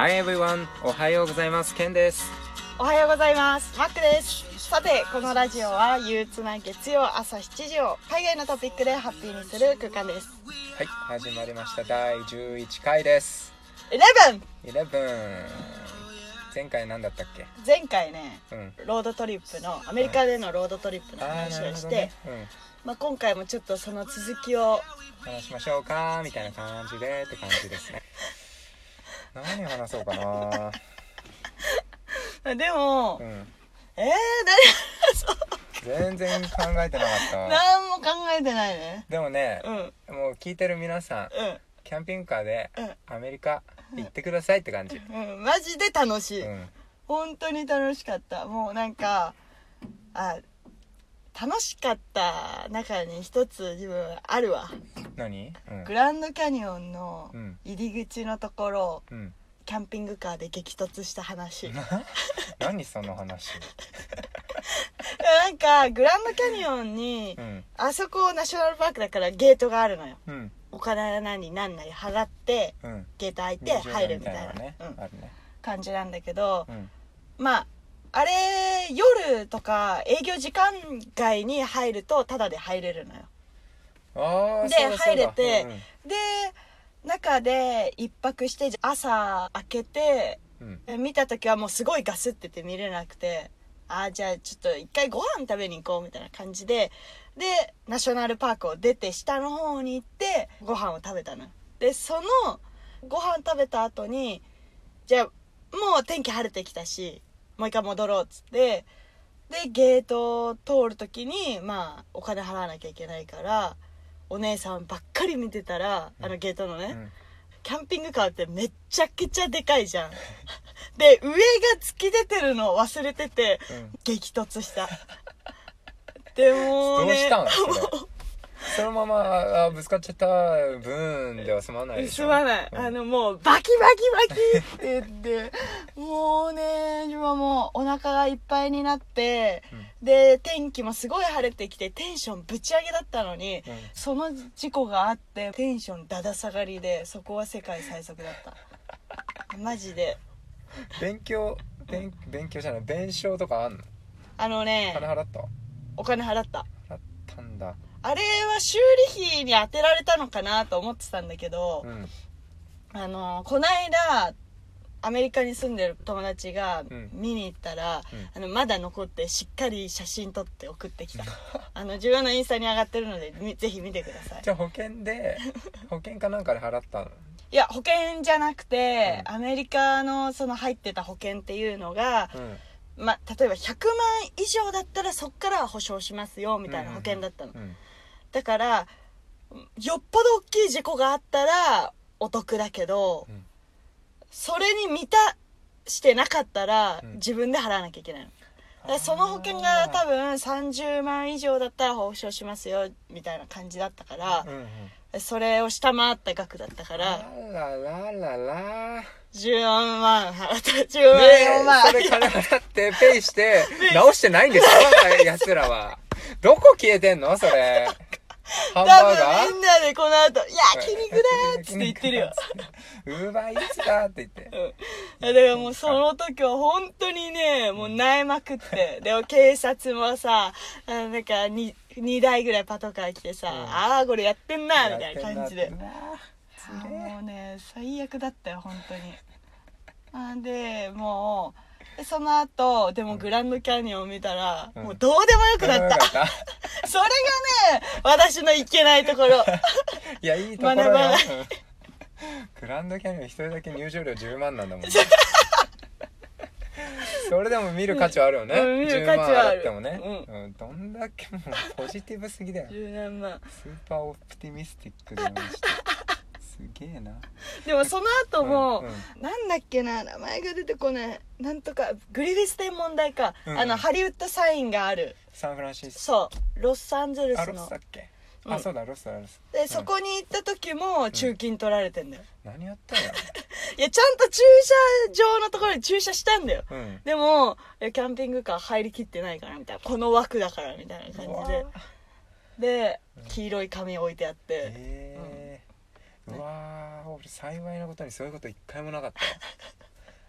Hi everyone! おはようございます。ケンです。 おはようございます。マックです。さて、このラジオは憂鬱な月曜朝7時を海外のトピックでハッピーにする空間です。 はい、始まりました。第11回です。 11! 前回何だったっけ？ 前回ね、ロードトリップのアメリカでのロードトリップの話をして、今回もちょっとその続きを話しましょうかみたいな感じでって感じですね。何話そうかな。 でも、何話そう全然考えてなかったわ。 何も考えてないね。 でもね、もう聞いてる皆さん、キャンピングカーでアメリカ行ってくださいって感じ。 マジで楽しい、本当に楽しかった。もうなんか楽しかった中に一つ自分あるわ。 何？ グランドキャニオンの入り口のところ、キャンピングカーで激突した話。 何その話？ なんかグランドキャニオンに、あそこナショナルパークだからゲートがあるのよ、お金何なり払って、ゲート開いて入るみたいな、感じなんだけど、まああれ夜とか営業時間外に入るとタダで入れるのよ。で入れて、で中で一泊して朝開けて、見た時はもうすごいガスってて見れなくて、じゃあちょっと一回ご飯食べに行こうみたいな感じで、ナショナルパークを出て下の方に行ってご飯を食べたの。でそのご飯食べた後に、じゃあもう天気晴れてきたしもう一回戻ろうっつって、でゲートを通る時にお金払わなきゃいけないから、お姉さんばっかり見てたら、ゲートのね、キャンピングカーってめっちゃくちゃでかいじゃん。で上が突き出てるのを忘れてて、激突した。でもね、 どうしたんそのままぶつかっちゃった分では済まないでしょ。 済まない、もうバキバキバキって言ってもうね、今もうお腹がいっぱいになって、で天気もすごい晴れてきてテンションぶち上げだったのに、その事故があってテンションだだ下がりで、そこは世界最速だったマジで。 勉強じゃない、弁償とかあんの？金払った？ お金払った。 払ったんだ。 あれは修理費に当てられたのかなと思ってたんだけど、この間アメリカに住んでる友達が見に行ったら、まだ残ってしっかり写真撮って送ってきた。自分のインスタに上がってるのでぜひ見てください。 じゃあ保険かなんかで払ったの？ いや保険じゃなくて、アメリカのその入ってた保険っていうのが、例えば100万以上だったらそっから保証しますよみたいな保険だったの、だからよっぽど大きい事故があったらお得だけど、それに満たしてなかったら自分で払わなきゃいけないの。だからその保険が多分30万以上だったら保証しますよみたいな感じだったから、それを下回った額だったから、14万払った。14万、 それ金払ってペイして直してないんですかやつらは。どこ消えてんのそれ。ハンバーガー？ 多分みんなでこの後焼肉だーって言ってるよ。 ウーバーイーツだって言って、 だからもうその時は本当にね、もう萎えまくって、でも警察もさ、なんか 2台ぐらいパトカー来てさ、これやってんなみたいな感じで、もうね最悪だったよ本当に。でもうその後でもグランドキャニオンを見たら、もうどうでもよくなった。それがね私のいけないところ。 いやいいところよ。グランドキャニオン一人だけ入場料10万なんだもんね。それでも見る価値はあるよね。 見る価値はある。 10万あってもね、どんだけもうポジティブすぎだよ。 10何万。 スーパーオプティミスティックでもしてすげえな。 でもその後も、なんだっけな、名前が出てこない、なんとかグリフィス天文台か、ハリウッドサインがあるサンフランシスコ、 そうロサンゼルスの、 ロスだっけ、そうだロスで、そこに行った時も中金取られてんだよ、 何やったんや。 いやちゃんと駐車場のところに駐車したんだよ、でもキャンピングカー入りきってないからみたいな、この枠だからみたいな感じで黄色い紙置いてあって、 うわー、俺幸いなことにそういうこと一回もなかったわ。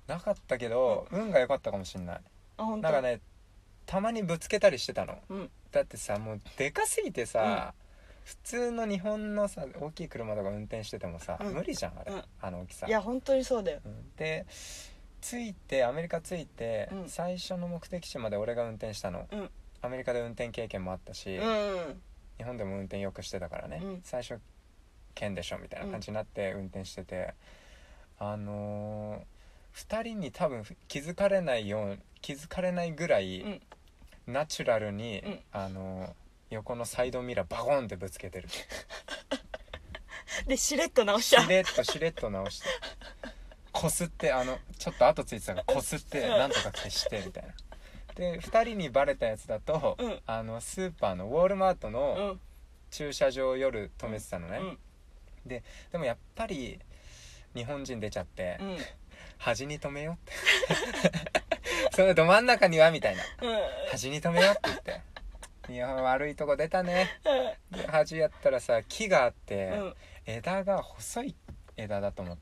なかったけど、運が良かったかもしんない。なんかねたまにぶつけたりしてたの、だってさもうでかすぎてさ、普通の日本のさ大きい車とか運転しててもさ、無理じゃんあれ、あの大きさ。 いや本当にそうだよ、 で着いてアメリカ着いて、最初の目的地まで俺が運転したの、アメリカで運転経験もあったし、日本でも運転よくしてたからね、最初県でしょみたいな感じになって運転してて、2人に多分気づかれないぐらい、ナチュラルに、横のサイドミラーバコンってぶつけてるでしれっと直しちゃう。 しれっと直してこすってちょっと跡ついてたからこすってなんとか消してみたいな。で2人にバレたやつだと、スーパーのウォールマートの駐車場夜止めてたのね、でもやっぱり日本人出ちゃって、端に止めようってそのど真ん中にはみたいな、端に止めようって言って、いや悪いとこ出たね。で端やったらさ木があって、枝が細い枝だと思って、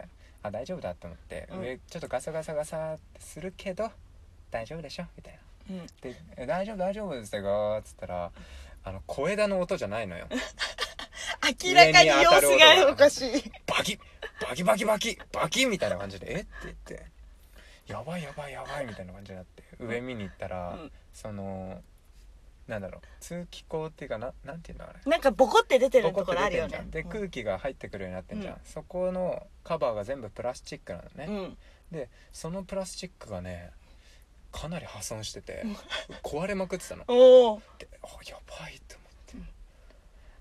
大丈夫だと思って、上ちょっとガサガサガサってするけど大丈夫でしょみたいな、で大丈夫ですよっつったら小枝の音じゃないのよ明らかに様子がおかしい。 バキバキバキバキバキみたいな感じでって言ってやばいみたいな感じになって、上見に行ったら、そのなんだろう通気口っていうかなんていうんだあれ、 なんかボコって出てるところあるよね。 で空気が入ってくるようになってんじゃん、そこのカバーが全部プラスチックなのね、でそのプラスチックがねかなり破損してて、壊れまくってたの。でやばいと思って、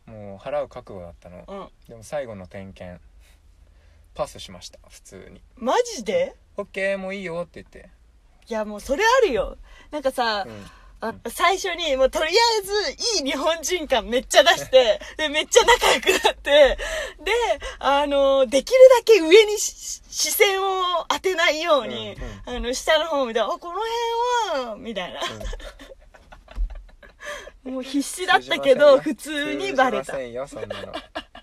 もう払う覚悟だったの、でも最後の点検パスしました。普通に。 マジで？ オッケーもういいよって言って。 いやもうそれあるよ。なんかさ、最初にもうとりあえずいい日本人感めっちゃ出してでめっちゃ仲良くなって、でできるだけ上に視線を当てないように、下の方見てこの辺はみたいな、もう必死だったけど普通にバレた。 通じませんよそんなの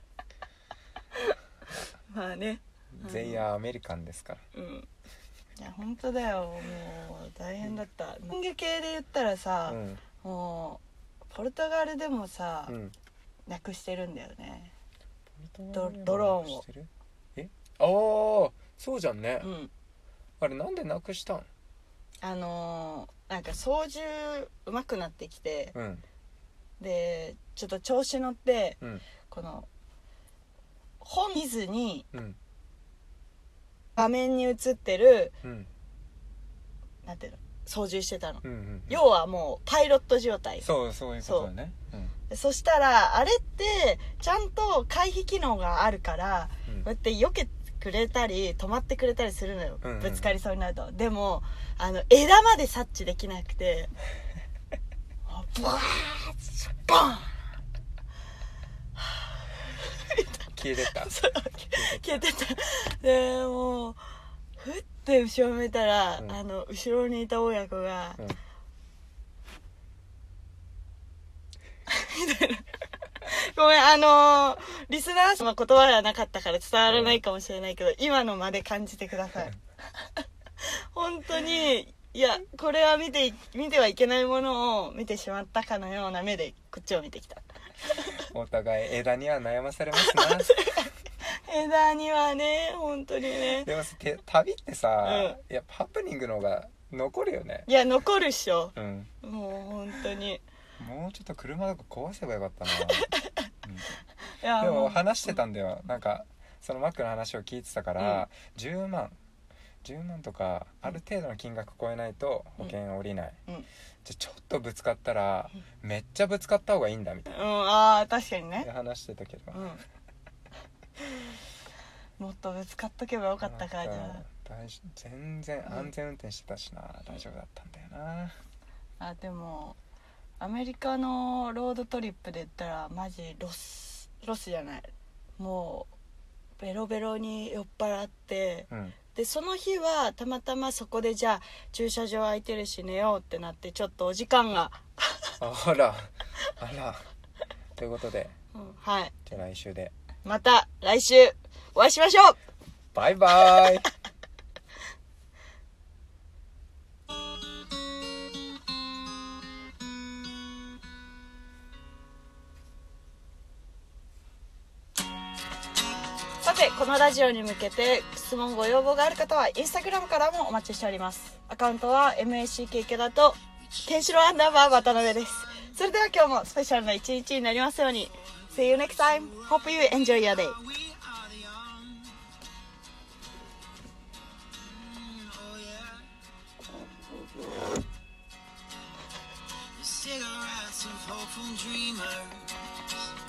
まあね、 全員アメリカンですから。 いや本当だよ、もう大変だった。文具系で言ったらさ、もうポルトガルでもさ、なくしてるんだよね、ドローンを。 ああそうじゃんね、あれなんでなくしたん？ なんか操縦うまくなってきて、でちょっと調子乗って、この本見ずに、画面に映ってる、なんていうの操縦してたの、要はもうパイロット状態。 そういうことだね。 そしたらあれってちゃんと回避機能があるから、こうやって避けくれたり止まってくれたりするのよ、ぶつかりそうになると。でも枝まで察知できなくてブワーッボン消えてた消えてた。でもうふって後ろ見たら、後ろにいた親子が、みたいなごめんリスナーの言葉がなかったから伝わらないかもしれないけど、今の間で感じてください本当にいやこれは見てはいけないものを見てしまったかのような目でこっちを見てきたお互い枝には悩まされますな枝にはね本当にね。 でも旅ってさ、やっぱハプニングの方が残るよね。 いや残るっしょ、もう本当にもうちょっと車とか壊せばよかったな、でも話してたんだよ、なんかそのマックの話を聞いてたから、10万とかある程度の金額超えないと保険下りない、じゃあちょっとぶつかったら、めっちゃぶつかった方がいいんだみたいな、 確かにね話してたけど、 もっとぶつかっとけばよかったか。じゃあ全然安全運転してたしな、大丈夫だったんだよな。 でもアメリカのロードトリップで言ったらマジロスじゃない、もうベロベロに酔っ払って、でその日はたまたまそこでじゃあ駐車場空いてるし寝ようってなって、ちょっとお時間があらということで、 はい、 じゃあ来週でまた来週お会いしましょう。 バイバイてこのラジオに向けて質問ご要望がある方はインスタグラムからもお待ちしております。アカウントは MACK 池田とケンシロウ&渡辺です。それでは今日もスペシャルな一日になりますように。 See you next time. Hope you enjoy your day. Cigarettes and hope from dreamers.